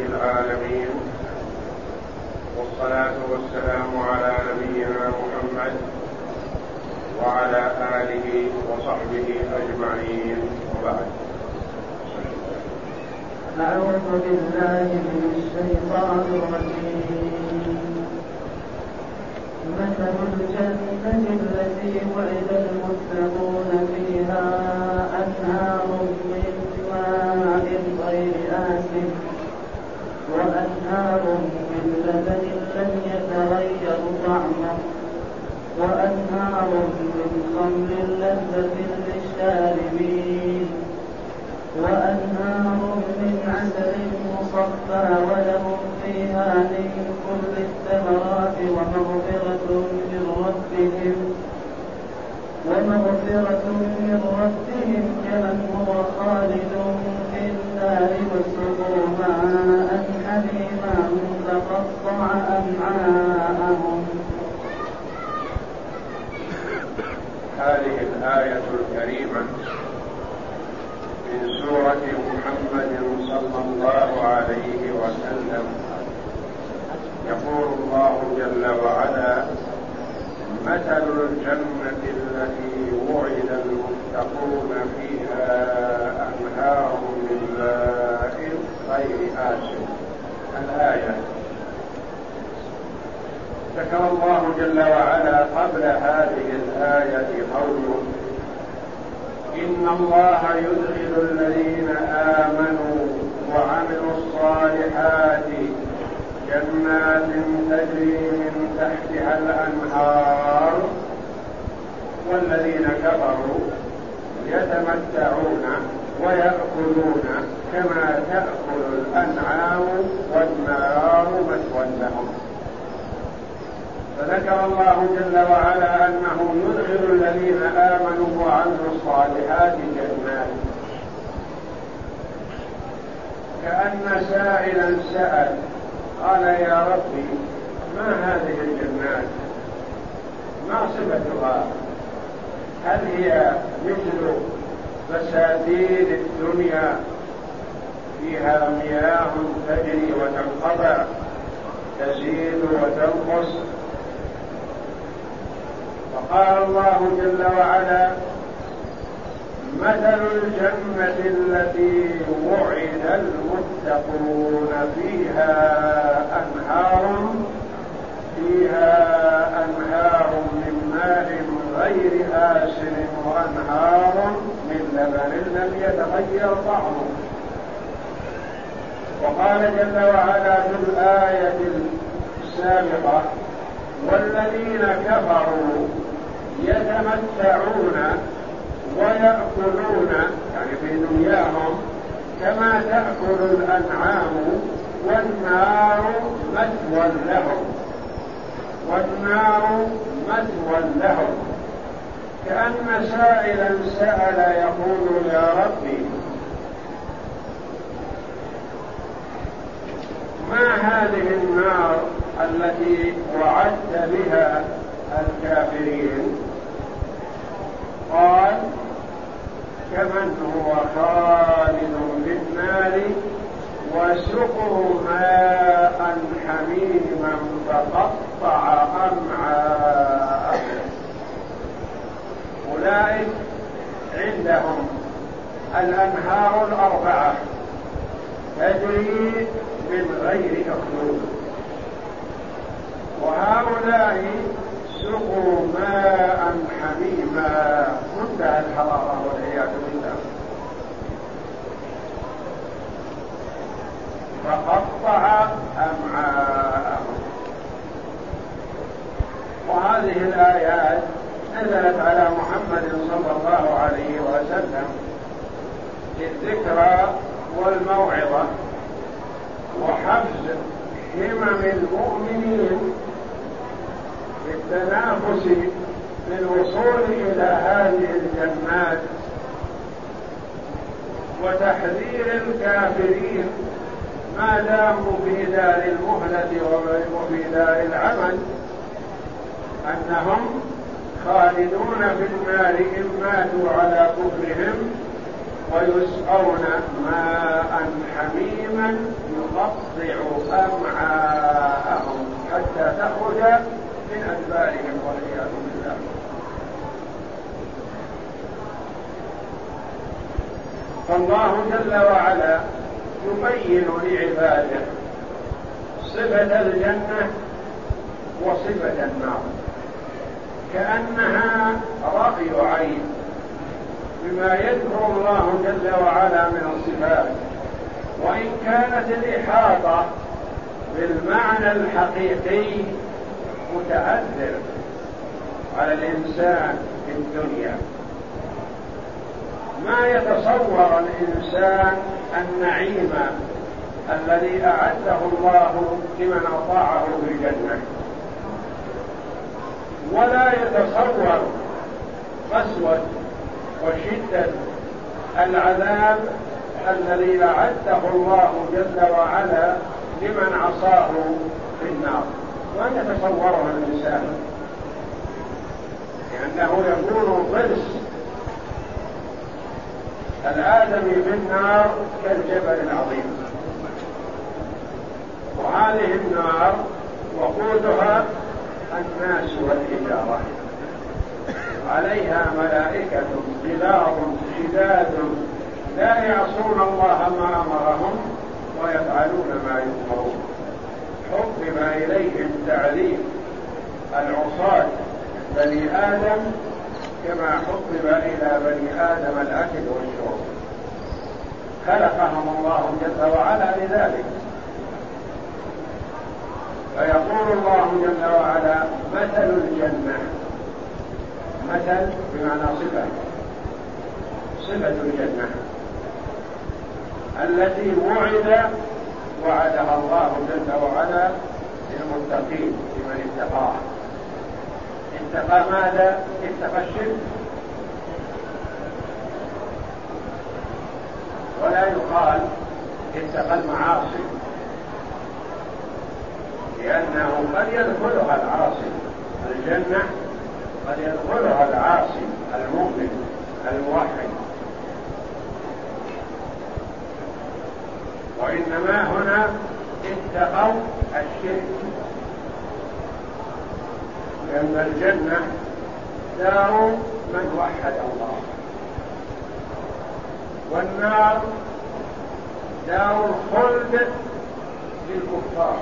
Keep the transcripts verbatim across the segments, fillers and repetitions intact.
العالمين، والصلاة والسلام على نبينا محمد وعلى آله وصحبه أجمعين، وبعد. أعوذ بالله من الشيطان الرجيم. مثل الجنة التي وعد المتقون فيها أنهار من ماء غير آسن وأنهار من لبن لم يتغير طعمه وأنهار من خمر لذة للشاربين وأنهار من عسل مصفى ولهم فيها من كل الثمرات ومغفرة من ربهم ومغفرة من ربهم كمن هو خالد في النار وسقوا ماء حميما فقطع أمعاءهم. هذه الآية الكريمة من سورة محمد صلى الله عليه وسلم يقول الله جل وعلا: مثل الجنة التي وعد المتقون فيها أنهار من ماء غير آسن. الآية ذكر الله جل وعلا قبل هذه الآية قوله: إن الله يدخل الذين آمنوا وعملوا الصالحات جنات تجري من تحتها الأنهار والذين كفروا يتمتعون ويأكلون كما تأكل الأنعام والنار مثوى لهم. فذكر الله جل وعلا أنه يدخل الذين آمنوا وعملوا الصالحات جنات، كأن سائلا سأل قال: يا ربي، ما هذه الجنات؟ ما صفتها؟ هل هي مثل بساتين الدنيا فيها مياه تجري وتنقطع تزيد وتنقص؟ فقال الله جل وعلا: مثل الجنة التي وعد المتقون فيها أنهار فيها أنهار من ماء غير آسن وأنهار من لبن لم يتغير طعمه. وقال جل وعلا في الآية السابقة: والذين كفروا يتمتعون ويأكلون، يعني في دنياهم، كما تأكل الأنعام والنار مثوى لهم والنار مثوى لهم كأن سائلا سأل يقول: يا ربي، ما هذه النار التي وعدت بها الكافرين؟ قال: كمن هو خالد في النار وسقوا ماء حميما فقطع أمعاءهم. أولئك عندهم الأنهار الأربعة تجري من غير أخدود، وهؤلاء سقوا ماء حميما منتهى الحرارة والعياذ بالله فقطع أمعاءهم. وهذه الآيات نزلت على محمد صلى الله عليه وسلم للذكرى والموعظة وحفز همم المؤمنين بالتنافس للوصول إلى هذه الجنات، وتحذير الكافرين ما داموا في دار المهلة وفي دار العمل أنهم خالدون في النار إن ماتوا على كفرهم ويسقون ماء حميما يقطع أمعاءهم حتى تخرج من أدبارهم والعياذ بالله. فالله جل وعلا يبين لعباده صفة الجنة وصفة النار كأنها رأي عين بما يذكر الله جل وعلا من الصفات، وإن كانت الإحاطة بالمعنى الحقيقي متأثر على الإنسان في الدنيا. ما يتصور الإنسان النعيم الذي أعده الله لمن أطاعه في الجنة، ولا يتصور قسوة وشدة العذاب الذي أعده الله جل وعلا لمن عصاه في النار، وأن يتصوره الإنسان، لأنه يكون ضرس الآدمي في النار كالجبل العظيم. وهذه النار وقودها الناس والحجارة، عليها ملائكة غلاظ شداد لا يعصون الله ما أمرهم ويفعلون ما يؤمرون. حبب إليهم تعذيب العصاة بني آدم كما حبب إلى بني آدم الأكل والشرب، خلقهم الله جل وعلا لذلك. فيقول الله جل وعلا مثل الجنة، مثل بمعنى صفة، صفة الجنة التي وعد وعدها الله جل وعلا للمتقين لمن اتقاه. اتقى ماذا؟ اتقى الشرك، ولا يقال اتقى المعاصي، لأنه قد يدخلها العاصي الجنة، قد يدخلها العاصي المؤمن الموحد، وإنما هنا اتقوا الشرك، لأن الجنة دار من وحد الله، والنار دار الخلد للكفار،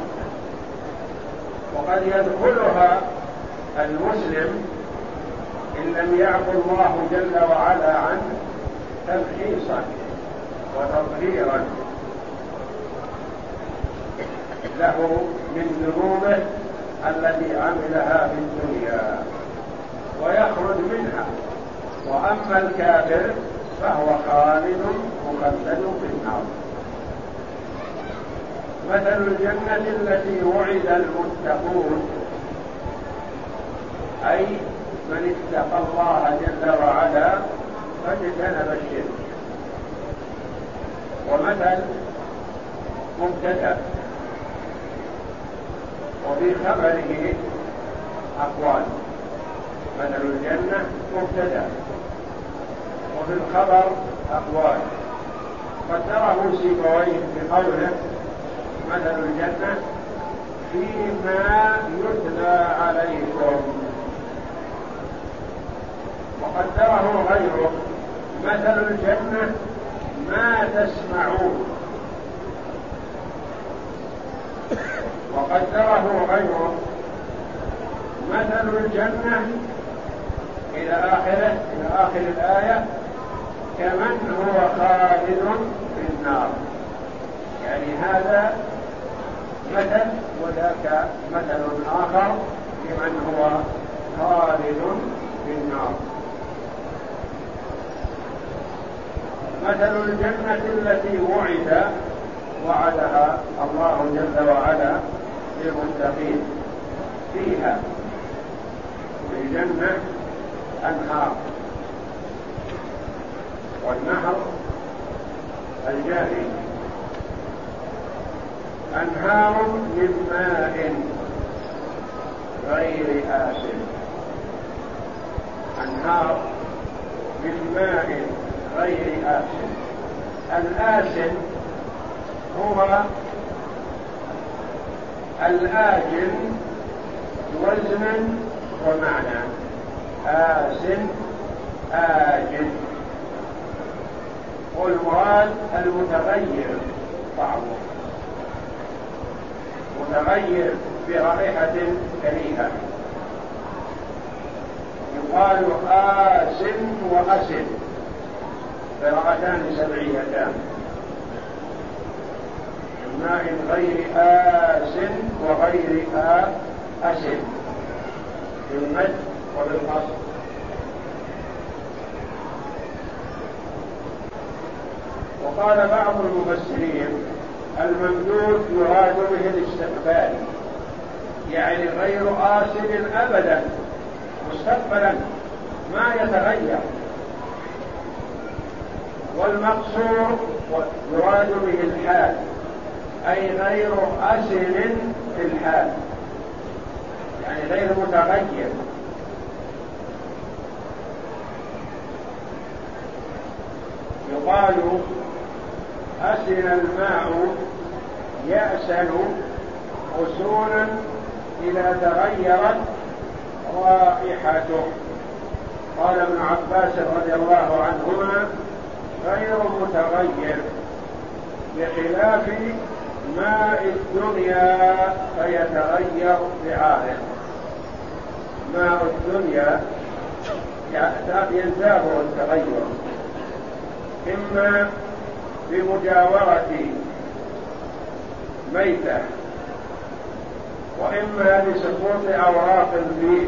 وقد يدخلها المسلم إن لم يعفو الله جل وعلا عنه تمحيصا وتطهيرا له من ذنوبه التي عملها في الدنيا ويخرج منها. وأما الكافر فهو خالد مخلد في النار. مثل الجنة التي وعد المتقون، أي من اتقى الله جل وعلا فاجتنب الشرك. ومثل مبتدأ وفي خبره أقوال. مثل الجنة مبتدأ وفي الخبر أقوال، قدره سيبويه بقوله مثل الجنة فيما يتلى عليكم، وقدره غيره مثل الجنة ما تسمعون، وقدره غيره مثل الجنة إلى آخره إلى آخر الآية كمن هو خالد في النار. يعني هذا مثل وذاك مثل آخر لمن هو خالد في النار. مثل الجنة التي وعد وعدها الله جل وعلا للمتقين، فيها في الجنة أنهار، والنهر الجاري، أنهار من ماء غير آسن، أنهار من ماء غير غير آسن. الآسن هو الآجل وزنا ومعنى. آسن آجل، والمراد المتغير طعمه، متغير برائحة كريهة. يقال آسن وأسن قراءتان سبعيتان، ماء غير آسن وغير آسن بالمد وبالقصر. وقال بعض المفسرين الممدود يراد به الاستقبال، يعني غير آسن أبدا، مستقبلا ما يتغير. والمقصور يراد به الحال، أي غير آسن في الحال، يعني غير متغير. يقال أسن الماء يأسن أسونا إذا تغيرت رائحته. قال ابن عباس رضي الله عنهما غير متغير، بخلاف ماء الدنيا فيتغير بعارض. ماء الدنيا ينتابه التغير، إما بمجاورة ميتة، وإما بسقوط أوراق فيه،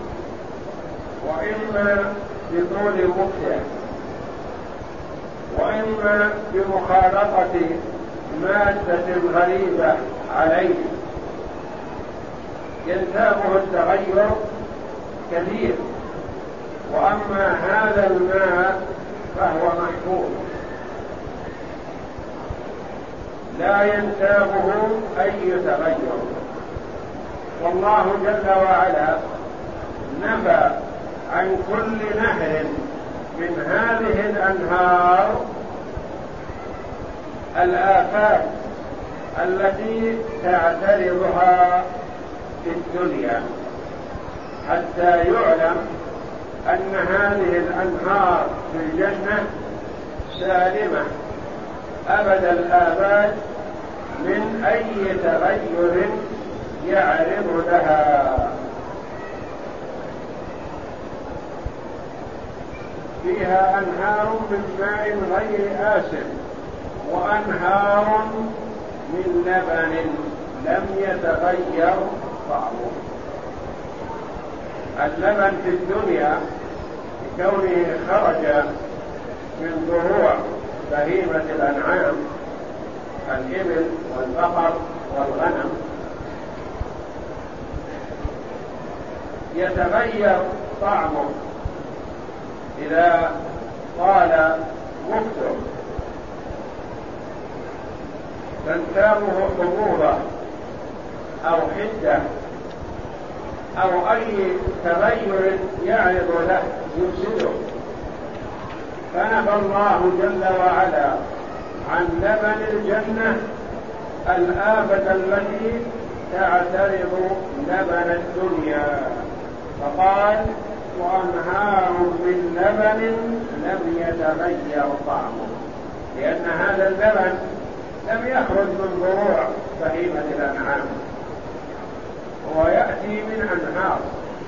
وإما بطول مكته، وإما بمخالطة مادة غريبة عليه. ينتابه التغير كثير. وأما هذا الماء فهو محفوظ لا ينتابه أي تغير. والله جل وعلا نفى عن كل نهر من هذه الأنهار الآفات التي تعترضها في الدنيا، حتى يعلم أن هذه الأنهار في الجنة سالمة أبد الآباد من أي تغير يعرض لها. فيها أنهار من ماء غير آسن، وأنهار من لبن لم يتغير طعمه. اللبن في الدنيا كونه خرج من ضروع بهيمة الأنعام، الإبل والبقر والغنم، يتغير طعمه إذا طال مكثه، تنتابه حموضة أو حدة أو أي تغير يعرض له يفسده. فنفى الله جل وعلا عن لبن الجنة الآفة التي تعترض لبن الدنيا، فقال وأنهار من لبن لم يتغير طعمه، لأن هذا اللبن لم يخرج من ضروع بهيمة الأنعام، هو يأتي من أنهار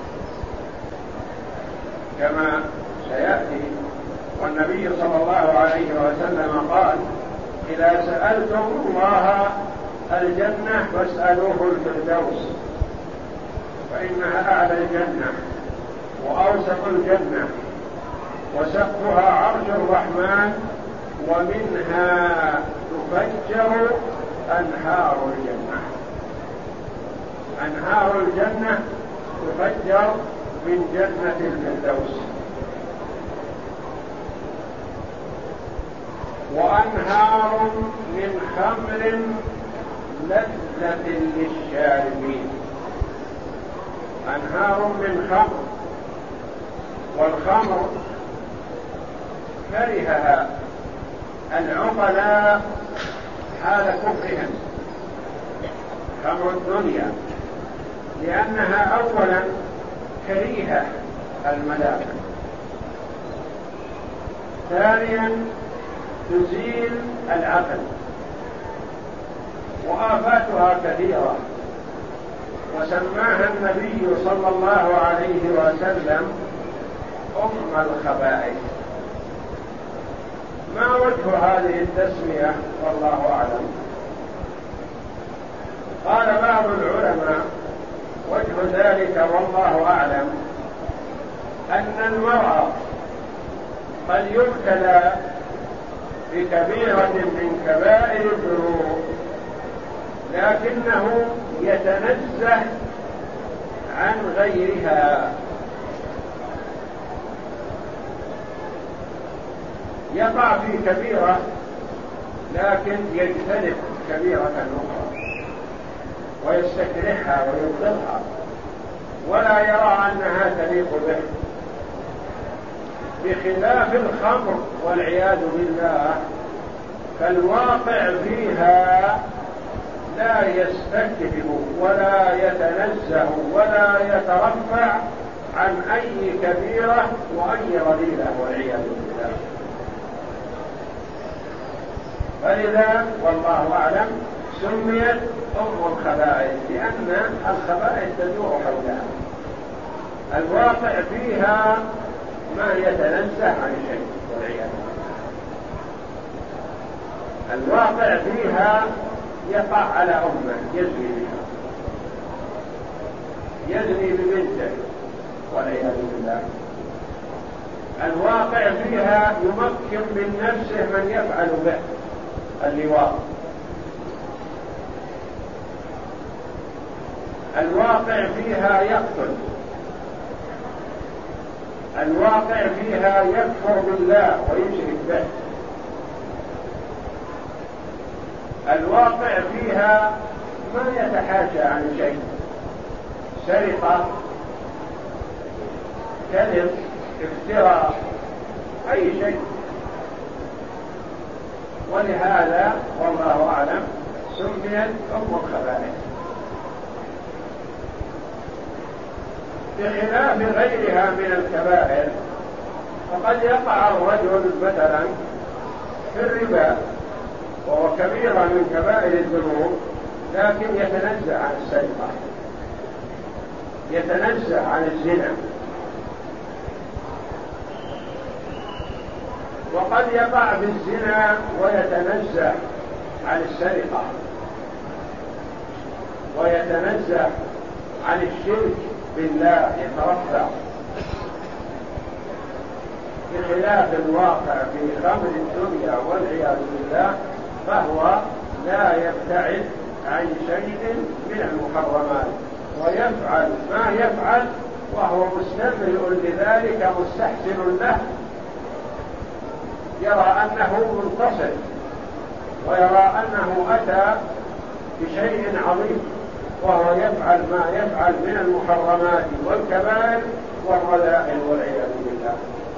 كما سيأتي. والنبي صلى الله عليه وسلم قال إذا سألتم الله الجنة فاسألوه الفردوس، فإنها أعلى الجنة وأوسط الجنة وسقفها عرش الرحمن، ومنها تفجر أنهار الجنة. أنهار الجنة تفجر من جنة الفردوس. وأنهار من خمر لذة للشاربين. أنهار من خمر، والخمر كرهها العقلاء حال كفرهم، خمر الدنيا، لأنها أولا كريهة الملاك، ثانيا تزيل العقل، وآفاتها كثيرة، وسماها النبي صلى الله عليه وسلم أم الخبائث. ما وجه هذه التسمية والله أعلم؟ قال بعض العلماء وجه ذلك والله أعلم أن المرء قد يبتلى بكبيرة من كبائر الذنوب لكنه يتنزه عن غيرها، يقع في كبيرة لكن يجتنب كبيرة أخرى ويستكرهها ويبغضها ولا يرى أنها تليق به، بخلاف الخمر والعياذ بالله فالواقع فيها لا يستكبر ولا يتنزه ولا يترفع عن أي كبيرة وأي رذيلة والعياذ بالله. فلذا والله أعلم سميت أم الخبائث، لأن الخبائث تدور حولها، الواقع فيها ما يتنزه عن شيء والعياذ بالله، الواقع فيها يقع على أمه يزني بها، يزني ببنته والعياذ بالله، الواقع فيها يمكن من نفسه من يفعل به اللواط، الواقع فيها يقتل، الواقع فيها يكفر بالله ويشرك به، الواقع فيها ما يتحاشى عن شيء، سرقة، كذب، افتراء، أي شيء. ولهذا والله أعلم سميت أم الخبائث، بخلاف غيرها من الكبائر. فقد يقع الرجل مثلا في الربا وهو كبيرة من كبائر الذنوب لكن يتنزه عن السرقة، يتنزه عن الزنا، وقد يقع في الزنا ويتنزه عن السرقة ويتنزه عن الشرك بالله، يترفع، بخلاف الواقع في خمر الدنيا والعياذ بالله فهو لا يبتعد عن شيء من المحرمات ويفعل ما يفعل وهو مستمر لذلك مستحسن له، يرى أنه منتصر ويرى أنه أتى بشيء عظيم وهو يفعل ما يفعل من المحرمات والكبائر والرذائل والعياذ بالله.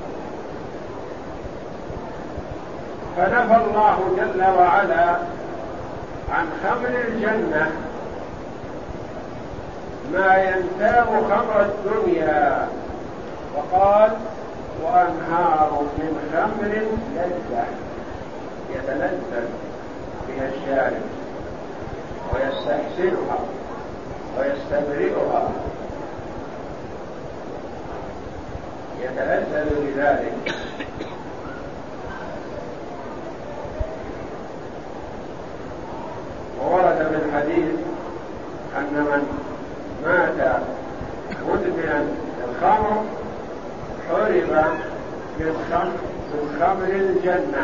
فنفى الله جل وعلا عن خمر الجنة ما ينتاب خمر الدنيا، وقال وأنهار من خمر لذة يتلذذ بها الشارب ويستحسنها ويستبرئها، يتلذذ بذلك. وورد في الحديث أن من مات مدمنا الخمر حرم من خمر الجنة،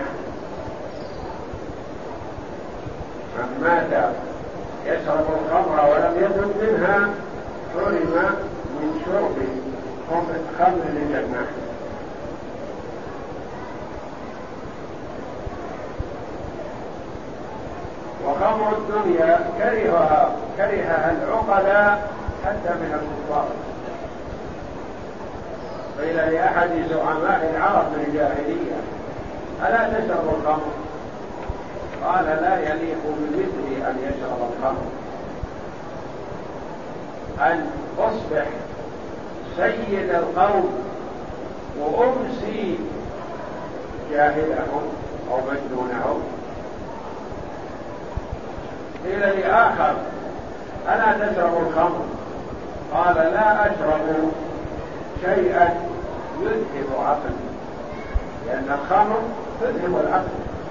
من مات يشرب الخمر ولم يذب منها حرم من شرب خمر الجنة. وخمر الدنيا كرهها كرهها العقلاء حتى من الكفار. قيل لأحد زعماء العرب من الجاهلية ألا تشرب الخمر؟ قال لا يليق بمثلي أن يشرب الخمر. أن أصبح سيد القوم وأمسي جاهلهم أو مجنونهم. قيل لآخر ألا تشرب الخمر؟ قال لا أشرب شيئا يذهب عقلي، لأن الخمر تذهب العقل.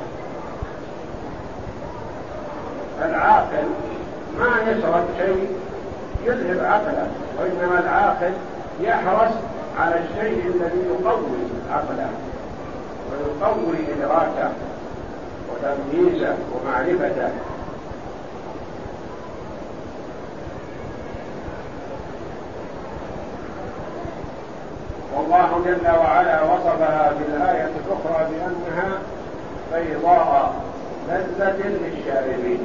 العاقل ما يشرب شيء يذهب عقله، وإنما العاقل يحرص على الشيء الذي يقوي عقله ويقوي إدراكه وتمييزه ومعرفته. والله جل وعلا وصفها في الآية الأخرى بأنها بيضاء لذة للشاربين،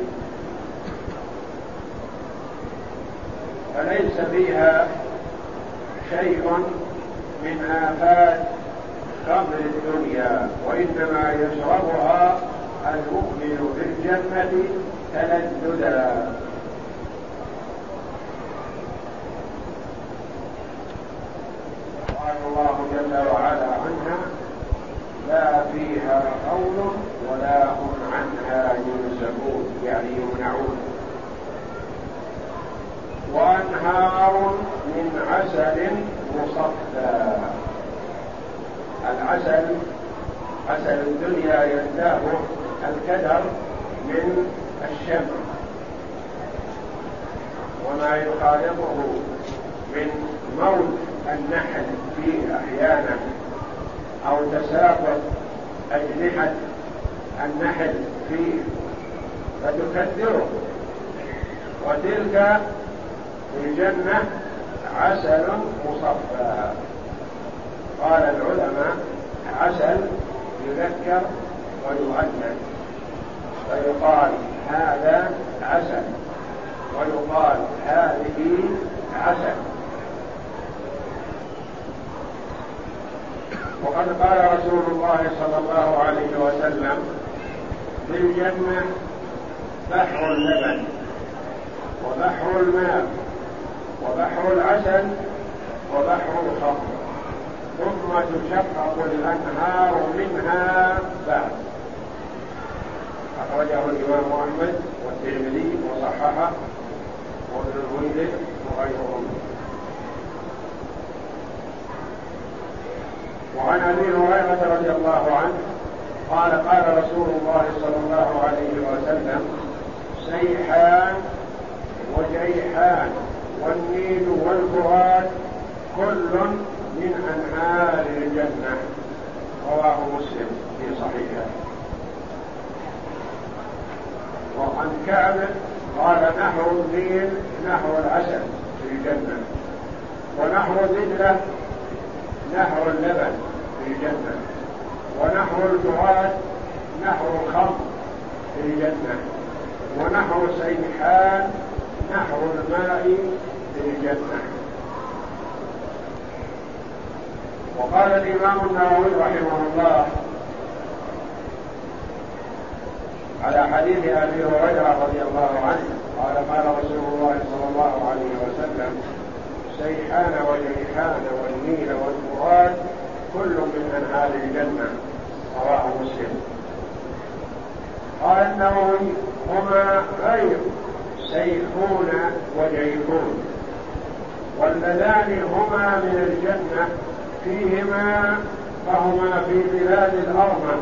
فليس فيها شيء من آفات خمر الدنيا، وإنما يشربها المؤمن في الجنة تلذذا. قال الله جل وعلا عنها لا فيها قول ولا هم عنها ينزفون، يعني يمنعون. وأنهار من عسل مصفى. العسل عسل الدنيا يزداد الكدر من الشمع وما يخالطه من موت النحل فيه أحيانا أو تساقط أجنحة النحل فيه فتكدره. وتلك في الجنة عسل مصفى. قال العلماء عسل يذكر ويؤنث، فيقال هذا عسل ويقال هذه عسل. وقد قال رسول الله صلى الله عليه وسلم في الجنة بحر اللبن وبحر الماء وبحر العسل وبحر الخمر، ثم تشقق الأنهار منها بعد. أخرجه الإمام أحمد والترمذي وصححه وابن المنذر وغيرهم. وعن أبي هريرة رضي الله عنه قال قال رسول الله صلى الله عليه وسلم سيحان وجيحان والنيل والفرات كل من أنهار الجنة. رواه مسلم في صحيحه. وعن كعب قال نهر النيل نهر العسل في الجنة، ونهر دجلة نهر اللبن في الجنة، ونهر الفرات نهر الخمر في الجنة، ونهر سيحان نهر الماء في الجنة. وقال الإمام النووي رحمه الله على حديث أبي هريرة رضي الله عنه قال قال رسول الله صلى الله عليه وسلم سيحان وجيحان والنيل والفرات كل من أنهار الجنة. رواه مسلم. قال النووي هما غير سيحون وجيحون، واللذان هما من الجنة فيهما فهما في بلاد الأرمن،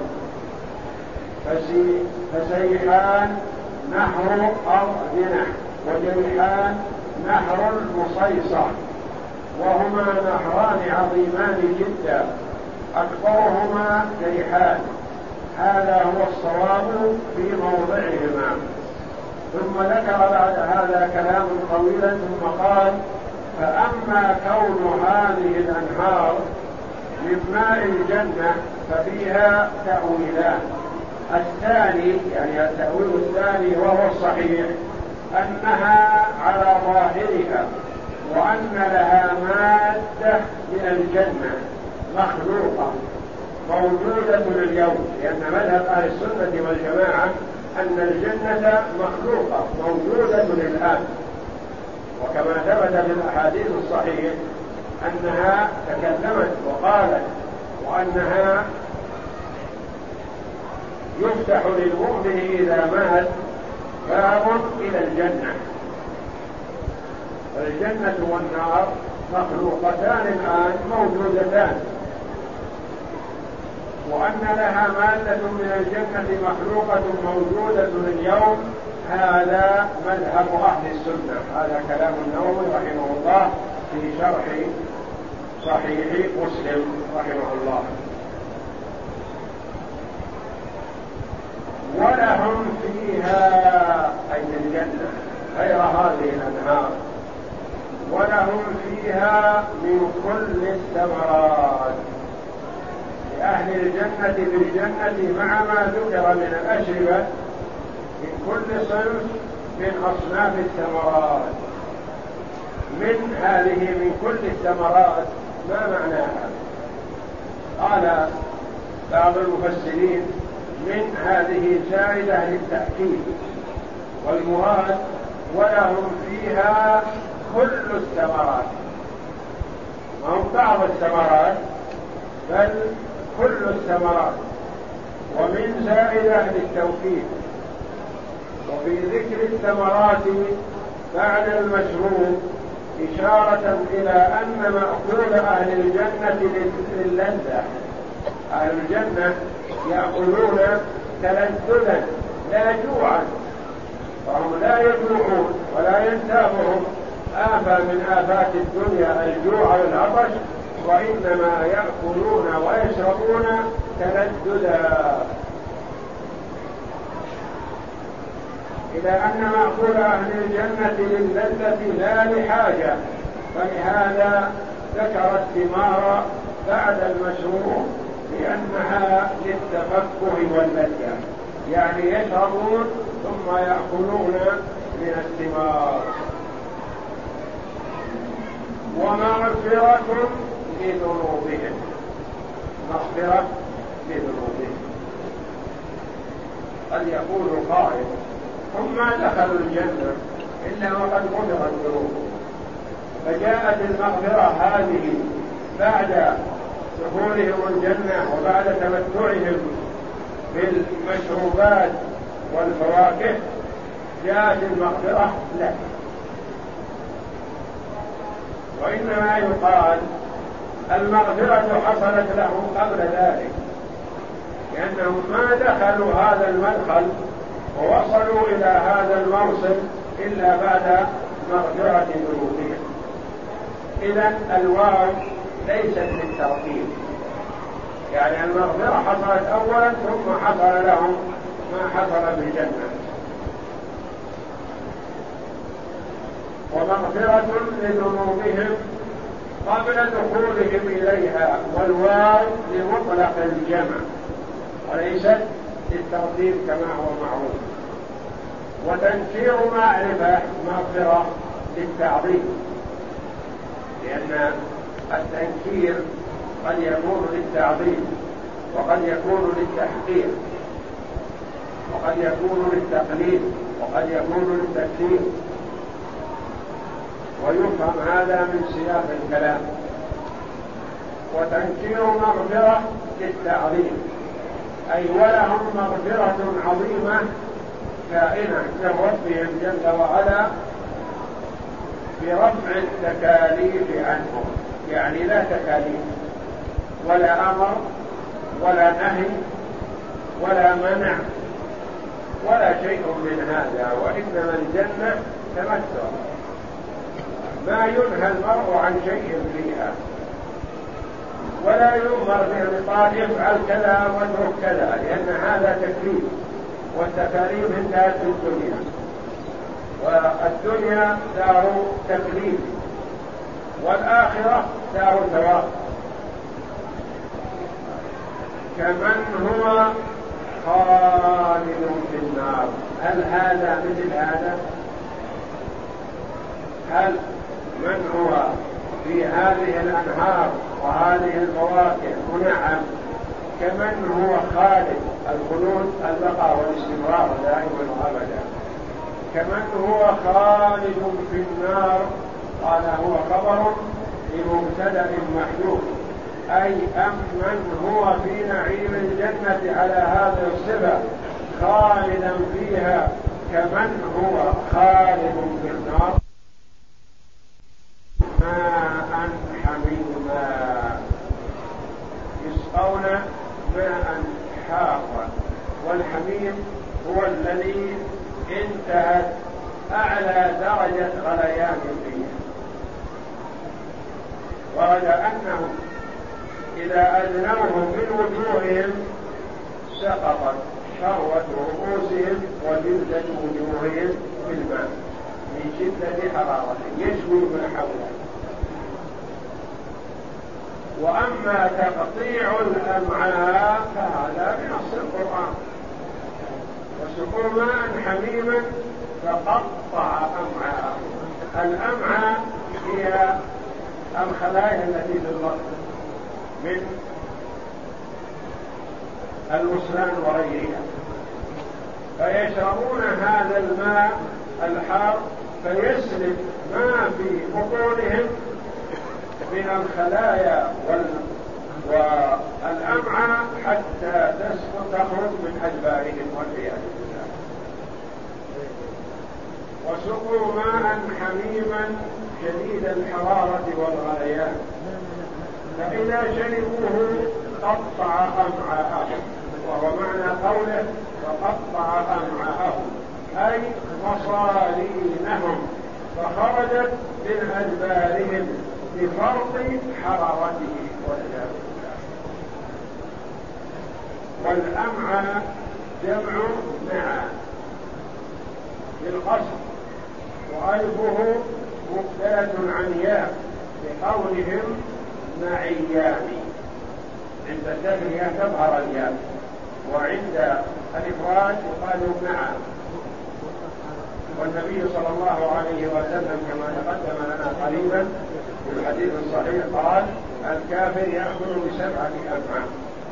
فسيحان نهر أرضنة وجيحان نهر المصيصة، وهما نهران عظيمان جدا أكبرهما جيحان. هذا هو الصواب في موضعهما. ثم ذكر بعد هذا كلام طويلا ثم قال فأما كون هذه الأنهار من ماء الجنة ففيها تأويلان. الثاني يعني التأويل الثاني وهو الصحيح أنها على ظاهرها وأن لها مادة من الجنة مخلوقة موجودة اليوم، لأن مذهب أهل السنة والجماعة أن الجنة مخلوقة موجودة الآن، وكما ثبت في الأحاديث الصحيحة أنها تكلمت وقالت وأنها يفتح للمؤمن إذا مات باب إلى الجنة. الجنة والنار مخلوقتان الآن موجودتان، وأن لها مادة من الجنة مخلوقة موجودة اليوم، هذا مذهب أهل السنة. هذا كلام النووي رحمه الله في شرح صحيح مسلم رحمه الله. ولهم فيها أي الجنة غير هذه الأنهار، ولهم فيها من كل الثمرات. لأهل الجنة في الجنة مع ما ذكر من الأشربة من كل صنف من أصناف الثمرات. من هذه من كل الثمرات ما معناها؟ قال بعض المفسرين من هذه زائدة للتأكيد، والمراد ولهم فيها كل الثمرات، ما هم بعض الثمرات بل كل الثمرات. ومن زائدة للتوكيد. وفي ذكر الثمرات بعد المشروب إشارة إلى أن مأكول أهل الجنة للذة. أهل الجنة يأكلون تلذذا لا جوعا، فهم لا يجوعون ولا ينتابهم آفة من آفات الدنيا الجوع والعطش، وإنما يأكلون ويشربون تلذذا. إلى أن مأكول أهل الجنة للذة لا لحاجة، فلهذا ذكر الثمار بعد المشروب لأنها للتفكه واللذة، يعني يشربون ثم يأكلون من الثمار. ومغفرة لذنوبهم، مغفرة لذنوبهم. قد يقول قائل هم ما دخلوا الجنة إلا وقد غفرت ذنوبهم، فجاءت المغفرة هذه بعد دخولهم الجنة وبعد تمتعهم بالمشروبات والفواكه جاءت المغفرة لا، وإنما يقال المغفرة حصلت لهم قبل ذلك، لأنهم ما دخلوا هذا المدخل ووصلوا إلى هذا الموصل إلا بعد مغفرة ذنوبهم. إذن الواو ليست للترتيب، يعني المغفرة حصلت أولا ثم حصل لهم ما حصل بالجنة. ومغفرة لذنوبهم قبل دخولهم إليها، والواو لمطلق الجمع وليست للترتيب كما هو معروف. وتنكير معرفة مغفرة للتعظيم، لأن التنكير قد يكون للتعظيم وقد يكون للتحقير وقد يكون للتقليل وقد يكون للتكثير، ويفهم هذا من سياق الكلام. وتنكير مغفرة للتعظيم، أي ولهم مغفرة عظيمة كائنة من ربهم جل وعلا برفع التكاليف عنهم، يعني لا تكاليف ولا أمر ولا نهي ولا منع ولا شيء من هذا، وإنما الجنة تمتع، ما ينهى المرء عن شيء فيها ولا يؤمر بإبطال يفعل كذا واترك كذا، لأن هذا تكليف، والتكاليف انتهت في الدنيا، والدنيا دار تكليف والآخرة دار ثواب. كمن هو خالد في النار، هل هذا مثل هذا؟ هل من هو في هذه الأنهار وهذه الفواكه منعم كمن هو خالد، الخلود البقاء والاستمرار دائما وابدا، كمن هو خالد في النار. قال هو خبر لمبتدأ محذوف، أي أمن هو في نعيم الجنة على هذه الصفة خالدا فيها كمن هو خالد في النار. ماء حميما، يسقون ماء حارا، والحميم هو الذي انتهت أعلى درجة غليان فيه. ورد أنهم إذا أدنوه من وجوههم سقطت شروة رؤوسهم وجلدة وجوههم بالماء من شدة حرارته يشوي ما حوله. وأما تقطيع الأمعاء فهذا من نص القرآن، وسقوا ماء حميما فقطع أمعاءهم. الأمعاء هي الخلايا التي في البطن من الوصلان وغيرها، فيشربون هذا الماء الحار فيسلب ما في بطونهم من الخلايا والأمعاء حتى تسقط تخرج من أجبارهم والعياذ بالله. وسقوا ماء حميما شديد الحرارة والغليان، فإذا شربوه قطع أمعاءهم، وهو معنى قوله فقطع أمعاءهم أي مصارينهم، فخرجت من أجبارهم بفرط حرارته والعياذ بالله. والأمعاء جمع معا بالقصر، وألفه مبدلة عن ياء بقولهم معيان، عند التثنية تظهر الياء، وعند الإفراد يقال معا. والنبي صلى الله عليه وسلم كما تقدم لنا قريبا في الحديث الصحيح قال الكافر يأكل بسبعة أمعاء،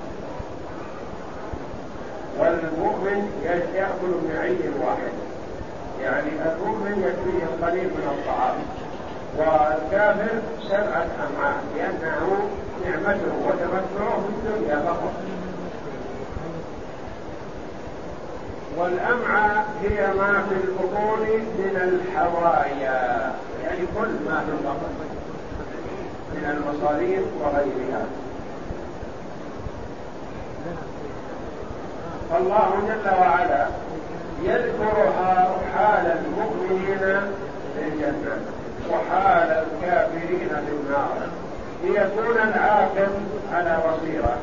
والمؤمن يأكل بمعي واحد، يعني المؤمن يكفيه القليل من الطعام، والكافر سبعة أمعاء لأنه نعمته وتمتعه في الدنيا فقط. والأمعاء هي ما في البطون من الحوايا، يعني كل ما في البطن من المصاريف وغيرها. فالله جل وعلا يذكر حال المؤمنين في الجنة وحال الكافرين في النار ليكون العاقل على بصيرة.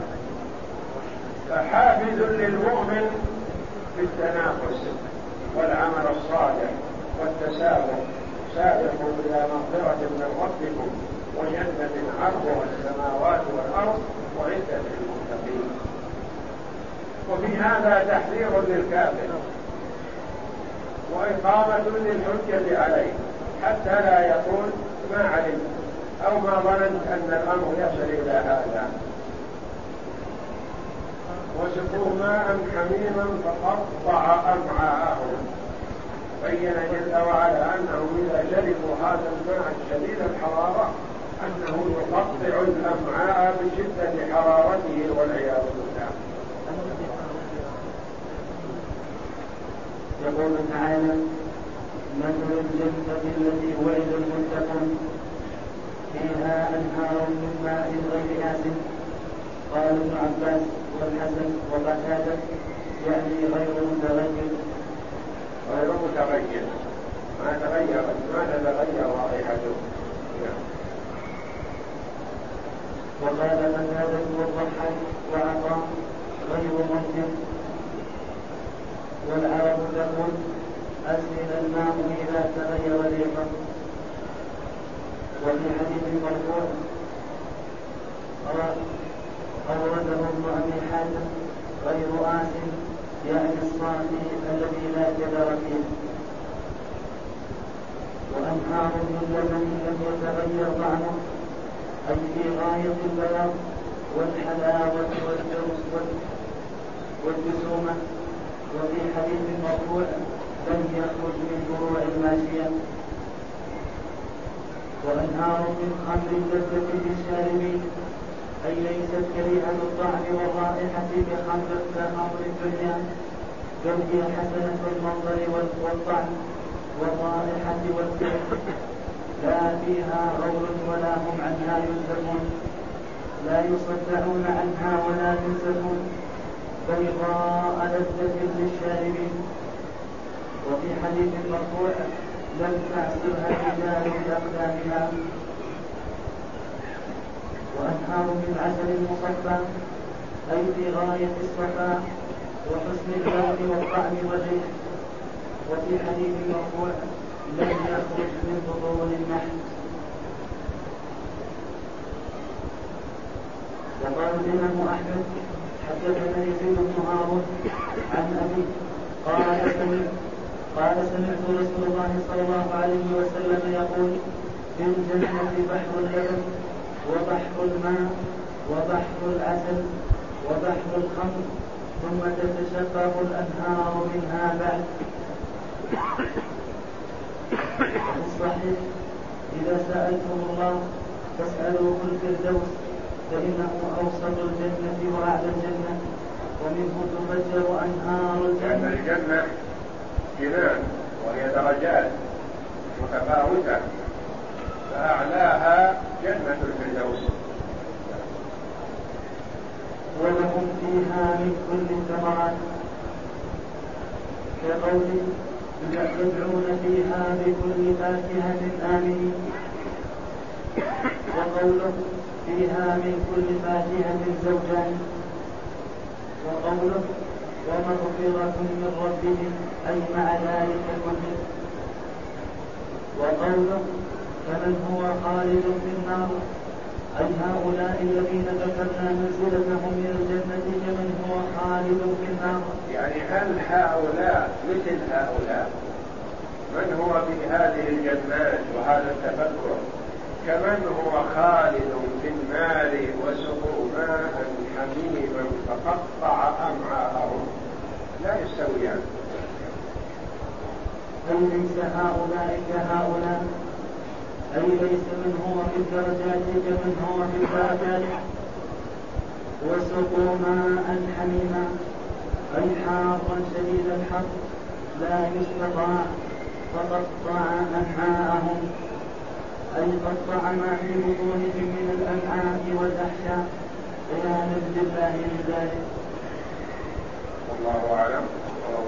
فحافز للمؤمن في التنافس والعمل الصالح والتسابق، سابقوا إلى مغفرة من ربكم وجنة عرضها السماوات والأرض وعدة للمتقين. وفي هذا تحذير للكافر وإقامة للحجة عليه حتى لا يقول ما علمت أو ما ظننت أن الأمر يصل إلى هذا. وسقوا ماء حميما فقطع أمعاءهم، بين جل وعلا أنهم إذا شربوا هذا الماء الشديد الحرارة أنه يقطع الأمعاء بشدة حرارته والعياذ بالله. يقول تعالى مثل الجنة التي وعد المتقون فيها أنهار من ماء غير آسن. قال ابن عباس والحسن وقتادة يعني غير متغير، غير متغير ما تغير ما تتغير رائحته. وقال قتادة والضحاك وعطاء غير منكر. والعرب تقول أسهل الماء إذا تغير ريحه. وفي حديث مرفوع أورده ابن أبي حاتم غير آسن يعني الصافي الذي لا جدر فيه. وأنهار من لبن لم يتغير طعمه أي في غاية البياض والحلاوة والجسومة. وفي حديث مرفوع لم يخرج من فروع الماشية. وأنهار من خمر لذة للشاربين، أي ليست كريهة الطعم والرائحة كخمر كخمر الدنيا، بل هي حسنة المنظر والطعم والرائحة والسحر، لا فيها غول ولا هم عنها ينزفون، لا يصدعون عنها ولا ينزفون، بيضاء لذة للشاربين. وفي حديث مرفوع لم تعصرها الرجال بأقدامها. وأنهار من عسل مصفى، أي في غاية الصفاء وحسن اللون والطعم والريح. وفي حديث مرفوع لم يخرج من بطون النحل. وقال الإمام أحمد حدثنا يزيد بن هارون عن أبي قال سمعت قال سمعت رسول الله صلى الله عليه وسلم يقول: في الجنة بحر اللبن وبحر الماء وبحر العسل وبحر الخمر، ثم تتشقق الأنهار منها بعد. وفي الصحيح: إذا سألتم الله فاسألوه الفردوس، فإنه أوسط الجنة وأعلى الجنة، ومنه تفجر أنهار الجنة. لأن الجنة جنان وهي درجات متفاوتة، فأعلاها جنة الفردوس. ولهم فيها من كل الثمرات، كقوله: يدعون فيها بكل فاكهة آمنين. وقوله: فيها من كل فاكهة زوجان. وقوله: ومغفرة من ربهم، أي مع ذلك كله. وقوله: فمن هو خالد في النار، أي هؤلاء الذين ذكرنا منزلتهم من الجنة كمن هو خالد في النار. يعني هل هؤلاء مثل هؤلاء؟ من هو في هذه الجنات وهذا التفكر كمن هو خالد في النار وسقوا ماء حميما فقطع أمعاءهم؟ لا يستويان. أي ليس هؤلاء كهؤلاء، أي ليس من هو في الدرجات كمن هو في الدرجات. وسقوا ماء حميما، أي حارا شديد الحر لا يستطاع، فقطع أمعاءهم، أي قطع ما في بطونهم من الأمعاء والأحشاء، عياذا بالله من ذلك. والله أعلم.